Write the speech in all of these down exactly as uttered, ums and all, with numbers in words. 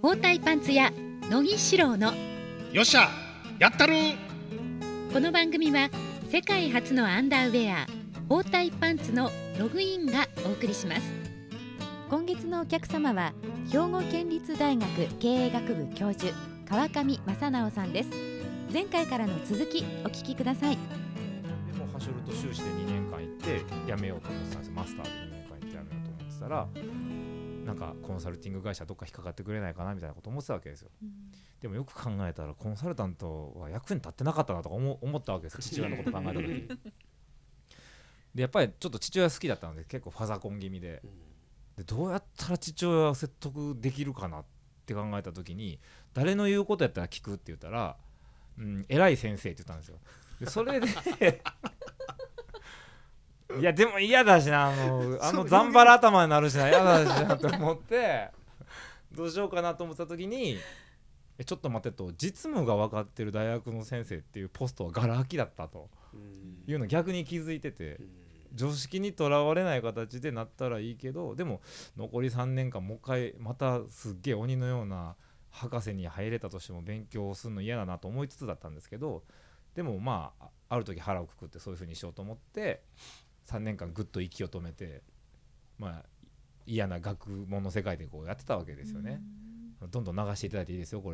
包帯パンツ屋乃木志郎のよっしゃやったる。 この番組は世界初のアンダーウェア包帯パンツのログインがお送りします。今月のお客様は兵庫県立大学経営学部教授川上正直さんです。前回からの続きお聞きください。 でもハショルト修士でにねんかん行って辞めようと思ってたんですよ。マスターでにねんかん行って辞めようと思ってたら、なんかコンサルティング会社どっか引っかかってくれないかなみたいなこと思ってたわけですよ、うん、でもよく考えたらコンサルタントは役に立ってなかったなとか 思, 思ったわけですよ。父親のこと考えた時でやっぱりちょっと父親好きだったので結構ファザコン気味 で, でどうやったら父親を説得できるかなって考えた時に、誰の言うことやったら聞くって言ったら、うん、偉い先生って言ったんですよ。でそれでいやでも嫌だしな、あのあのざんばら頭になるしな、嫌だしなと思ってどうしようかなと思った時に、えちょっと待ってと、実務が分かってる大学の先生っていうポストはガラ空きだったというの逆に気づいてて、常識にとらわれない形でなったらいいけど、でも残りさんねんかんもう一回またすっげえ鬼のような博士に入れたとしても勉強するの嫌だなと思いつつだったんですけど、でもまあある時腹をくくってそういう風にしようと思ってさんねんかんぐっと息を止めて、まあ嫌な学問の世界でこうやってたわけですよね。どんどん流していただいていいですよこれ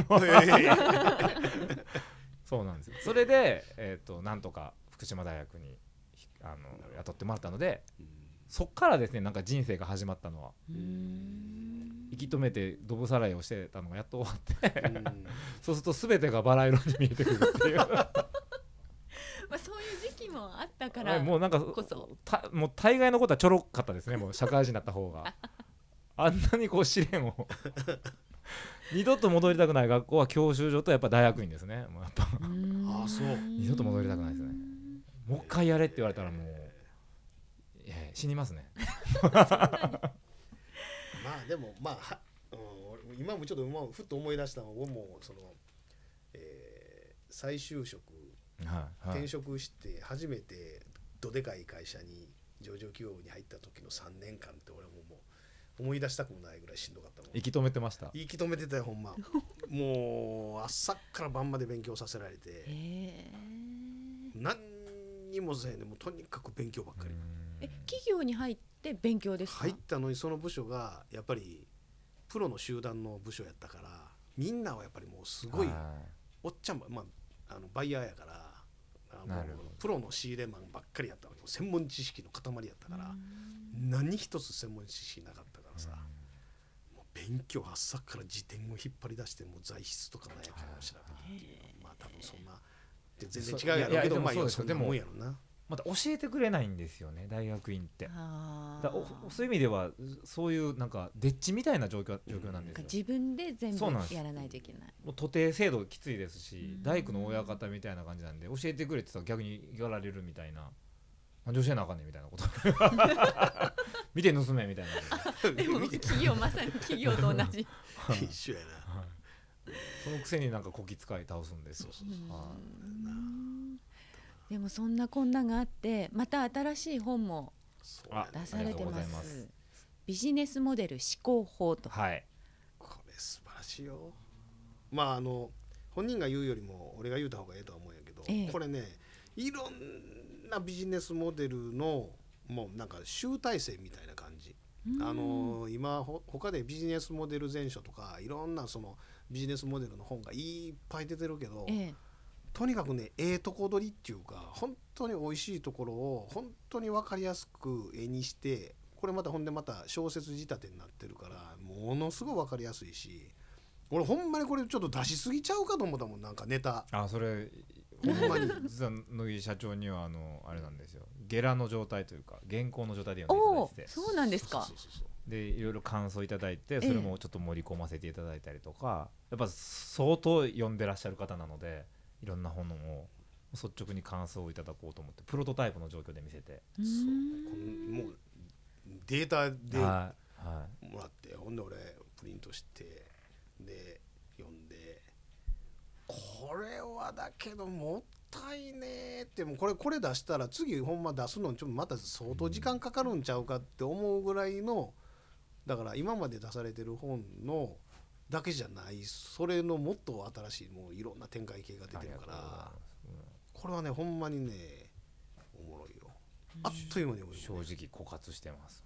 そうなんですよ。それで、えーと、なんとか福島大学にあの雇ってもらったので、そっからですね、なんか人生が始まったのは、息止めてドブさらいをしてたのがやっと終わってそうすると全てがバラ色に見えてくるっていうまあそういう時期もあったからもうなんかこそたもう大概のことはちょろかったですね。もう社会人になった方があんなにこう試練を二度と戻りたくない学校は教習所とやっぱ大学院ですね。もうやっぱあそう二度と戻りたくないですね。もう一回やれって言われたらもう、えー、死にますねまあでもまあ、うん、今もちょっと今ふっと思い出したのは、僕もその、えー、再就職はいはい、転職して初めてどでかい会社に上場企業に入った時のさんねんかんって俺ももう思い出したくもないぐらいしんどかったもん。 息止めてました。 息止めてたよほんまもう朝から晩まで勉強させられて何にもせんでもとにかく勉強ばっかり。 え企業に入って勉強ですか？ 入ったのにその部署がやっぱりプロの集団の部署やったから、みんなはやっぱりもうすごいおっちゃんば、まあ、あのバイヤーやからプロの仕入れマンばっかりやったのに専門知識の塊やったから、何一つ専門知識なかったからさ、もう勉強朝から辞典を引っ張り出してもう材質とか何やかもしれないっていうのは、まあ多分そんな全然違うやろうけど、まあそんなもんやろな。 また教えてくれないんですよね大学院って。だおそういう意味ではそういうなんかデッチみたいな状況、状況なんですよ。 自分で全部やらないといけない。 もう徒弟制度きついですし、大工の親方みたいな感じなんで、教えてくれって言ったら逆にやられるみたいな、なんで教えなあかんねんみたいなこと見て盗めみたいなでも企業まさに企業と同じ一緒やな、はい、 そのくせになんかこき使い倒すんですよ。そうそうそう、はでもそんなこんながあってまた新しい本も出されてます。ます。ビジネスモデル思考法と、 はい、これ素晴らしいよ。まああの本人が言うよりも俺が言うた方がええとは思うんやけど、ええ、これねいろんなビジネスモデルのもうなんか集大成みたいな感じ。あの今ほ他でビジネスモデル全書とかいろんなそのビジネスモデルの本がいっぱい出てるけど、ええ、とにかくねええとこ取りっていうか本当に美味しいところを本当に分かりやすく絵にして、これまたほんでまた小説仕立てになってるからものすごい分かりやすいし、俺ほんまにこれちょっと出しすぎちゃうかと思ったもん、なんかネタ。 あそれほんまに実は乃木社長にはあのあれなんですよ、ゲラの状態というか原稿の状態で読んでいただいて、 そうなんですか。 そうそうそうそうでいろいろ感想いただいて、それもちょっと盛り込ませていただいたりとか、やっぱ相当読んでらっしゃる方なのでいろんな本を率直に感想をいただこうと思ってプロトタイプの状況で見せて、 そうもうデータでもらって、ほんで俺プリントしてで読んで、これはだけどもったいねって、もうこれこれ出したら次ほんま出すのにちょっとまた相当時間かかるんちゃうかって思うぐらいの、だから今まで出されてる本のだけじゃない、それのもっと新しいもういろんな展開系が出てるから、これはねほんまにねおもろいよ。あっという間におもろい、ね、 正直枯渇してます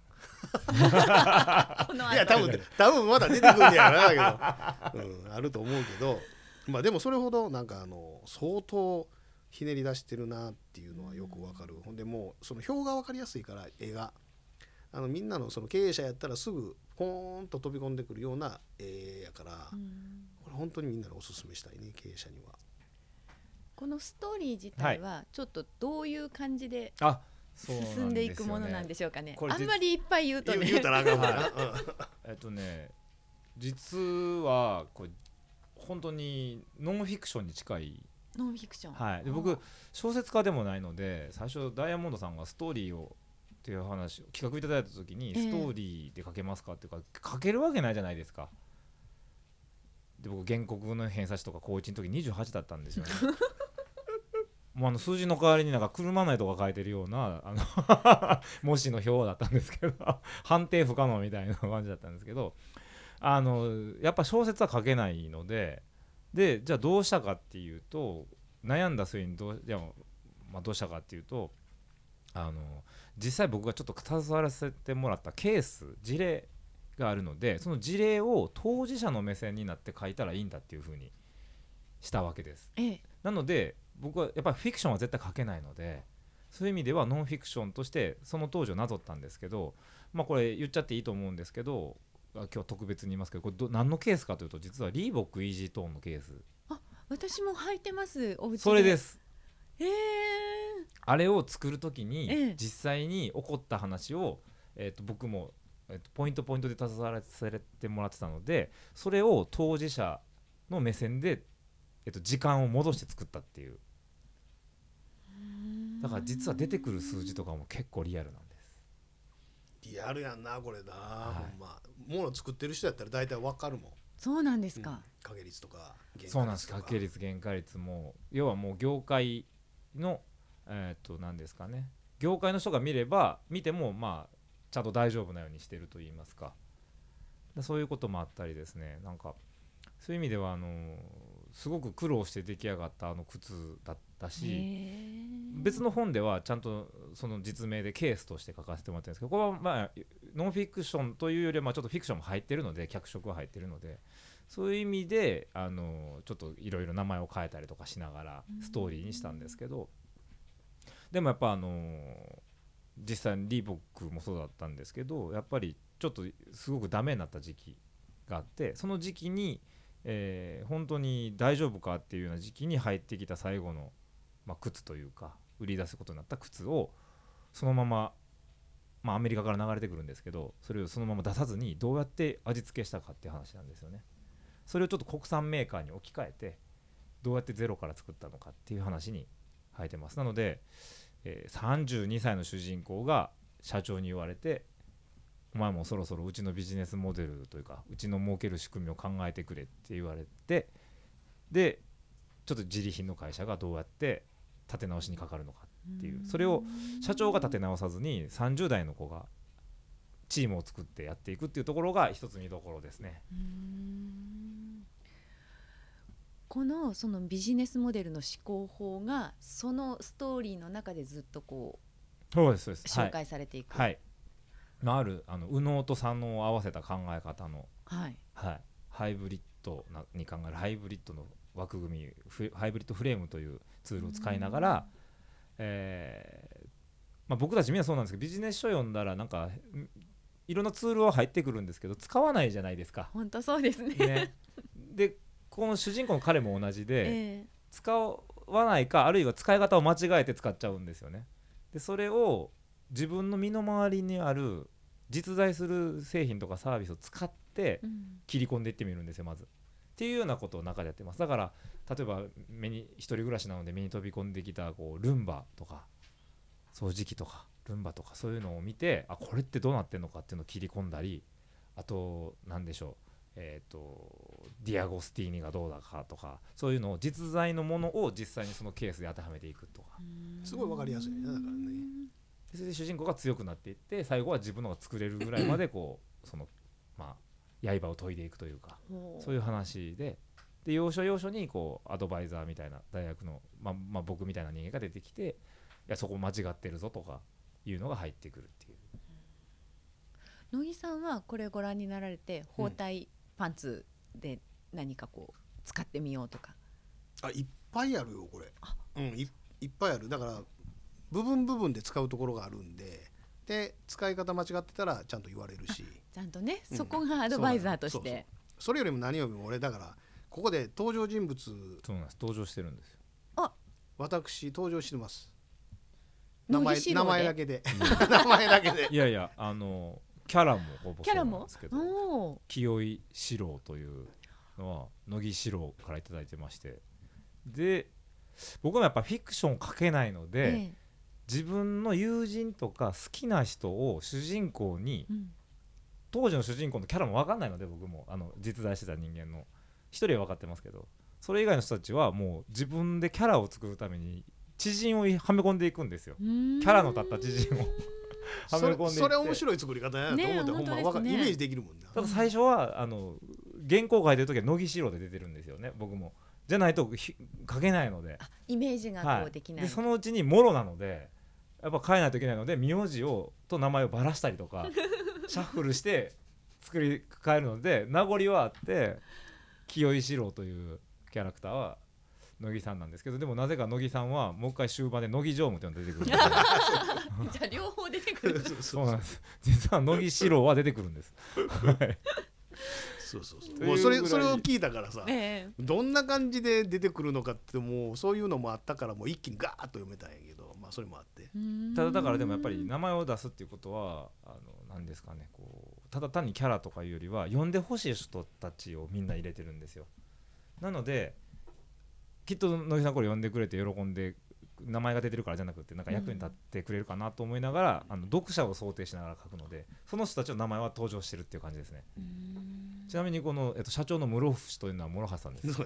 いや多分多分まだ出てくるんやなけど、うん、あると思うけど、まあでもそれほどなんかあの相当ひねり出してるなっていうのはよくわかる。ほんでもうその表がわかりやすいから絵があのみんなのその経営者やったらすぐポーンと飛び込んでくるような絵やから、これ本当にみんなにおすすめしたいね、経営者には。 このストーリー自体はちょっとどういう感じで、 はい、あ進んでいくものなんでしょうかね。 これあんまりいっぱい言うとね言うたらあかんわなえっとね実はこれ本当にノンフィクションに近い。 ノンフィクション、 はい、で僕小説家でもないので、最初ダイヤモンドさんがストーリーをっていう話企画いただいた時に、ストーリーで書けますかっていうか、書けるわけないじゃないですか。で僕原告の偏差値とか高いちの時にじゅうはちだったんですよねもうあの数字の代わりになんか車内とか書いてるようなあの模試の表だったんですけど判定不可能みたいな感じだったんですけど、あのやっぱ小説は書けないので、でじゃあどうしたかっていうと、悩んだ末にどう、じゃあ、まあ、どうしたかっていうと、あの実際僕がちょっと携わらせてもらったケース事例があるので、その事例を当事者の目線になって書いたらいいんだっていう風にしたわけです、 ええ、 なので僕はやっぱりフィクションは絶対書けないので、そういう意味ではノンフィクションとしてその当時をなぞったんですけど、まあこれ言っちゃっていいと思うんですけど、今日特別に言いますけど、これど何のケースかというと、実はリーボックイージートーンのケース。 あ、私も履いてます、お家で。 それです。 えー、 あれを作るときに、 ええ、実際に起こった話を、えー、と僕も、えー、とポイントポイントで携わらせてもらってたので、それを当事者の目線で、えー、と時間を戻して作ったっていう。だから実は出てくる数字とかも結構リアルなんです。 リアルやんなこれな、 はい、 ほんまもの作ってる人やったら大体わかるもん。 そうなんですか、うん、 掛け率とか原価率とか。 そうなんです。掛け率原価率も要はもう業界のえっと何ですかね、業界の人が見れば見てもまあちゃんと大丈夫なようにしてると言いますか、そういうこともあったりですね。なんかそういう意味ではあのすごく苦労して出来上がったあの靴だったし、別の本ではちゃんとその実名でケースとして書かせてもらってるんですけど、これはまあノンフィクションというよりはまあちょっとフィクションも入ってるので、脚色は入ってるので、そういう意味であのちょっといろいろ名前を変えたりとかしながらストーリーにしたんですけど、でもやっぱあの実際にリーボックもそうだったんですけど、やっぱりちょっとすごくダメになった時期があって、その時期に、えー、本当に大丈夫かっていうような時期に入ってきた最後の、まあ、靴というか売り出すことになった靴をそのまま、まあ、アメリカから流れてくるんですけど、それをそのまま出さずにどうやって味付けしたかっていう話なんですよね。それをちょっと国産メーカーに置き換えてどうやってゼロから作ったのかっていう話に入ってます。なので、えー、さんじゅうにさいの主人公が社長に言われて、お前もそろそろうちのビジネスモデルというかうちの儲ける仕組みを考えてくれって言われて、でちょっと自利品の会社がどうやって立て直しにかかるのかっていう、それを社長が立て直さずにさんじゅう代の子がチームを作ってやっていくっていうところが一つ見どころですね。 うーん、このそのビジネスモデルの思考法がそのストーリーの中でずっとこうそうですそうです紹介されていく、 はい、はい、のあるあの右脳と左脳を合わせた考え方の、 はいはい、ハイブリッドに考えるハイブリッドの枠組み、ハイブリッドフレームというツールを使いながら、えーまあ、僕たちみんなそうなんですけど、ビジネス書読んだらなんかいろんなツールは入ってくるんですけど使わないじゃないですか。 本当そうです ね, ねでこの主人公の彼も同じで、 えー、 使わないかあるいは使い方を間違えて使っちゃうんですよね。でそれを自分の身の回りにある実在する製品とかサービスを使って切り込んでいってみるんですよ、まずっていうようなことを中でやってます。だから例えば目に一人暮らしなので目に飛び込んできたこうルンバとか掃除機とかルンバとかそういうのを見て、あこれってどうなってんのかっていうのを切り込んだり、あと何でしょう、えーとディアゴスティーニがどうだかとか、そういうのを実在のものを実際にそのケースで当てはめていくとか、 すごい分かりやすいね。だからね、 それで主人公が強くなっていって最後は自分のが作れるぐらいまでこうそのまあ刃を研いでいくというか、そういう話で、で要所要所にこうアドバイザーみたいな大学の、まあまあ、僕みたいな人間が出てきて、いやそこ間違ってるぞとかいうのが入ってくるっていう。 乃木さんはこれご覧になられて包帯パンツで何かこう使ってみようとか、 うん、あいっぱいあるよこれ、うん、い, いっぱいある。だから部分部分で使うところがあるんで、で使い方間違ってたらちゃんと言われるし、 ちゃんとね、うん、そこがアドバイザーとして、そうそう、 それよりも何よりも俺だからここで登場人物、 そうなんです、登場してるんですよ。 あ、 私登場してます。名前名前だけで名前だけでいやいや、あのキャラもほぼそうなんですけど、清井四郎というのは乃木四郎からいただいてまして、で僕もやっぱフィクション書けないので、ええ、自分の友人とか好きな人を主人公に、うん、当時の主人公のキャラも分かんないので、僕もあの実在してた人間の一人は分かってますけど、それ以外の人たちはもう自分でキャラを作るために知人をはめ込んでいくんですよ。キャラの立った知人をはめ込んでいって、 それ、それ面白い作り方やなと思って、ね、ほんま分か、ね、イメージできるもんな。 だから最初はあの原稿書いてる時は乃木四郎で出てるんですよね、僕も。じゃないと書けないので、 イメージがこうできない、 はい、でそのうちにもろなのでやっぱ変えないといけないので、名字をと名前をばらしたりとかシャッフルして作り変えるので、名残はあって清井四郎というキャラクターは乃木さんなんですけど、でもなぜか乃木さんはもう一回終盤で乃木常務っていうのが出てくるんでじゃあ両方出てくるそうなんです、実は乃木四郎は出てくるんですはいそうそうそう、もうそれそれを聞いたからさ、えー、どんな感じで出てくるのかって、もうそういうのもあったから、もう一気にガーッと読めたんやけど、まあそれもあって、 ただだからでもやっぱり名前を出すっていうことは、あの何ですかね、こうただ単にキャラとかいうよりは読んでほしい人たちをみんな入れてるんですよ。なのできっと乃木さんこれ読んでくれて喜んで、名前が出てるからじゃなくてなんか役に立ってくれるかなと思いながら、うん、あの読者を想定しながら書くので、その人たちの名前は登場してるっていう感じですね。うーん、ちなみにこの、えっと、社長の室伏というのは諸橋さんです。ゼ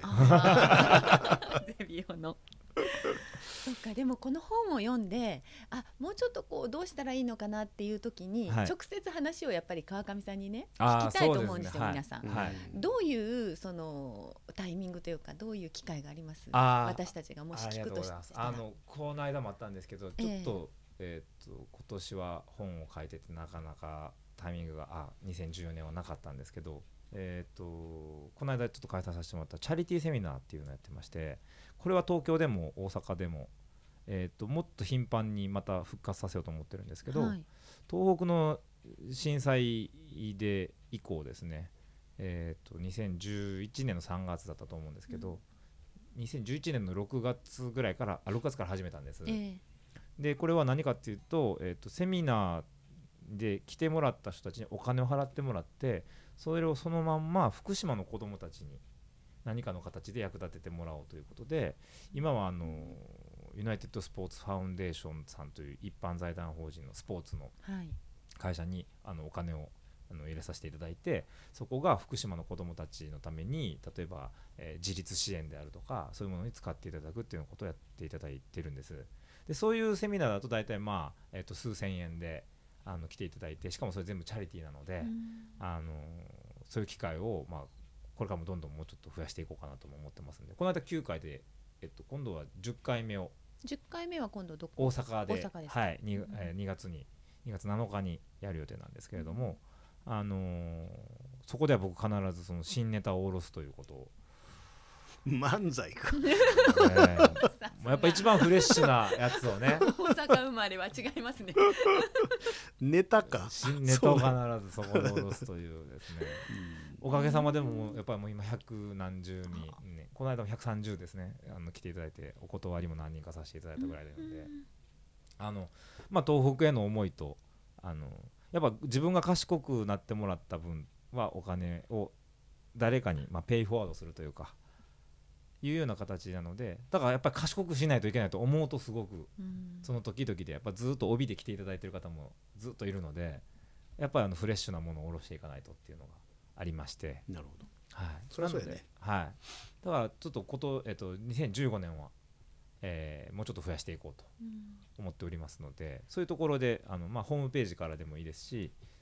ビオのそっか、でもこの本を読んで、あ、もうちょっとこうどうしたらいいのかなっていう時に、はい、直接話をやっぱり川上さんにね聞きたいと思うんですよ、皆さん、はい、どういうそのタイミングというか、どういう機会があります？私たちがもし聞くとしたら。 あのこの間もあったんですけど、ちょっと、えー、えーと今年は本を書いててなかなかタイミングがあにせんじゅうよねんはなかったんですけど、えー、とこの間ちょっと開催させてもらったチャリティーセミナーっていうのをやってまして、これは東京でも大阪でも、えー、ともっと頻繁にまた復活させようと思ってるんですけど、はい、東北の震災で以降ですね、えー、とにせんじゅういちねんのさんがつだったと思うんですけど、うん、にせんじゅういちねんのろくがつぐらいからあろくがつから始めたんです、えー、でこれは何かっていうと、えー、とセミナーで来てもらった人たちにお金を払ってもらって、それをそのまんま福島の子どもたちに何かの形で役立ててもらおうということで、今はあのユナイテッドスポーツファウンデーションさんという一般財団法人のスポーツの会社にあのお金をあの入れさせていただいて、そこが福島の子どもたちのために例えば、えー、自立支援であるとかそういうものに使っていただくっていうことをやっていただいてるんです。でそういうセミナーだと大体まあ、えー、と数千円であの来ていただいて、しかもそれ全部チャリティーなので、うん、あのそういう機会を、まあ、これからもどんどんもうちょっと増やしていこうかなとも思ってますので、この間きゅうかいで、えっと、今度はじゅっかいめをじゅっかいめは今度どこ？ 大阪で、 大阪ですはい、に、えー、にがつににがつなのかにやる予定なんですけれども、うん、あのー、そこでは僕必ずその新ネタを下ろすということを漫才か、 えー、もうやっぱ一番フレッシュなやつをね大阪生まれは違いますねネタか、 新ネタを必ずそこで下ろすというですねおかげさまでもやっぱりもう今百何十人、ね、この間もひゃくさんじゅうですね、あの来ていただいてお断りも何人かさせていただいたぐらいなので、あの、まあ、東北への思いと、あのやっぱ自分が賢くなってもらった分はお金を誰かに、まあ、ペイフォワードするというかいうような形なので、だからやっぱり賢くしないといけないと思うとすごく、うん、その時々でやっぱずっと帯で来ていただいている方もずっといるので、やっぱりあのフレッシュなものを下ろしていかないとっていうのがありまして、 なるほど、 はい、 それはそうやね、 はい、だからちょっとこと、えっと、にせんじゅうごねんは、えー、もうちょっと増やしていこうと思っておりますので、うん、そういうところであの、まあ、ホームページからでもいいですし、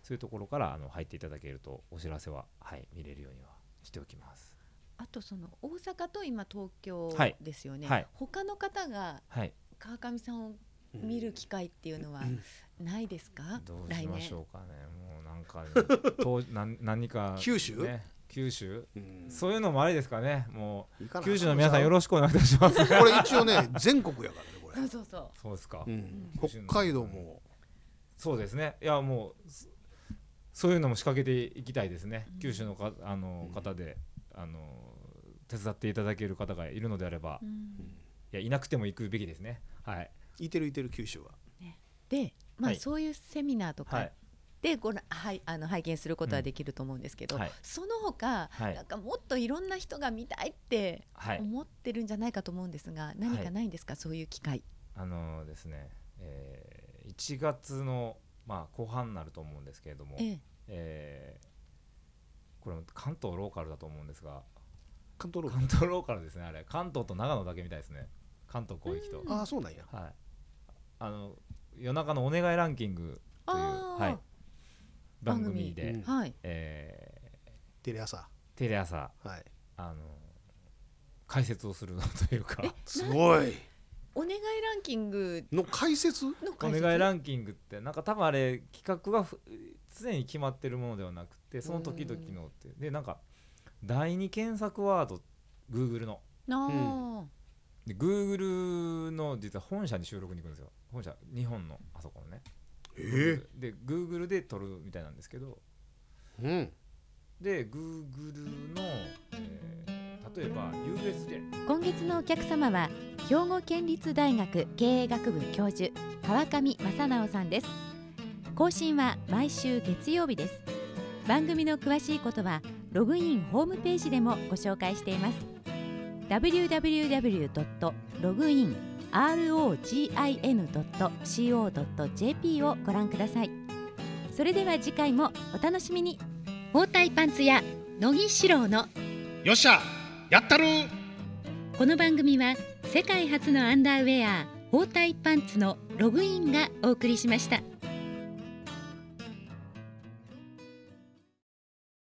そういうところからあの入っていただけるとお知らせは、はい、見れるようにはしておきます。 あとその大阪と今東京ですよね、 はいはい、 他の方が川上さんを見る機会っていうのはないですか、うん、 どうしましょうかね。もうなんか、ね、と何, 何か、ね、 九州九州、うん、そういうのもありですかね。もう九州の皆さんよろしくお願いいたしますこれ一応ね全国やからねこれそうそうそうそうですか、 うん、北海道もそうですね。いやもうそういうのも仕掛けていきたいですね、うん、九州のかあの方で、うん、あの手伝っていただける方がいるのであれば、うん、いやいなくても行くべきですね。はい、 いてるいてる九州は、 ね、で、まあはい、そういうセミナーとかでごら、はい、あの拝見することはできると思うんですけど、うんはい、その他、はい、なんかもっといろんな人が見たいって思ってるんじゃないかと思うんですが、はい、何かないんですか、そういう機会。 あのですね、えー、いちがつの、まあ、後半になると思うんですけれども、えええー、これ関東ローカルだと思うんですが、 関東ローカル、関東ローカルですね。あれ関東と長野だけみたいですね。関東広域と。 ああそうなんや。 はい。あの夜中のお願いランキングという、はい、番組で、 うんはいえー、テレ朝テレ朝、はい、あの解説をするのというか、 すごい。 お願いランキングの解説の解説お願いランキングってなんか多分あれ企画が常に決まってるものではなくて、その時々のってでなんか第二検索ワード Google のあ、 うん、で Google の実は本社に収録に行くんですよ。本社日本のあそこのね、 えー、 で Google で撮るみたいなんですけど、 うん、 で Google の、えー、例えば ユーエスジェー今月のお客様は兵庫県立大学経営学部教授川上正直さんです。更新は毎週月曜日です。番組の詳しいことはログインホームページでもご紹介しています。 ダブリューダブリューダブリュードットログインログインドットコードットジェーピー をご覧ください。それでは次回もお楽しみに。包帯パンツ屋乃木志郎のよっしゃやったる。 この番組は世界初のアンダーウェア包帯パンツのログインがお送りしました。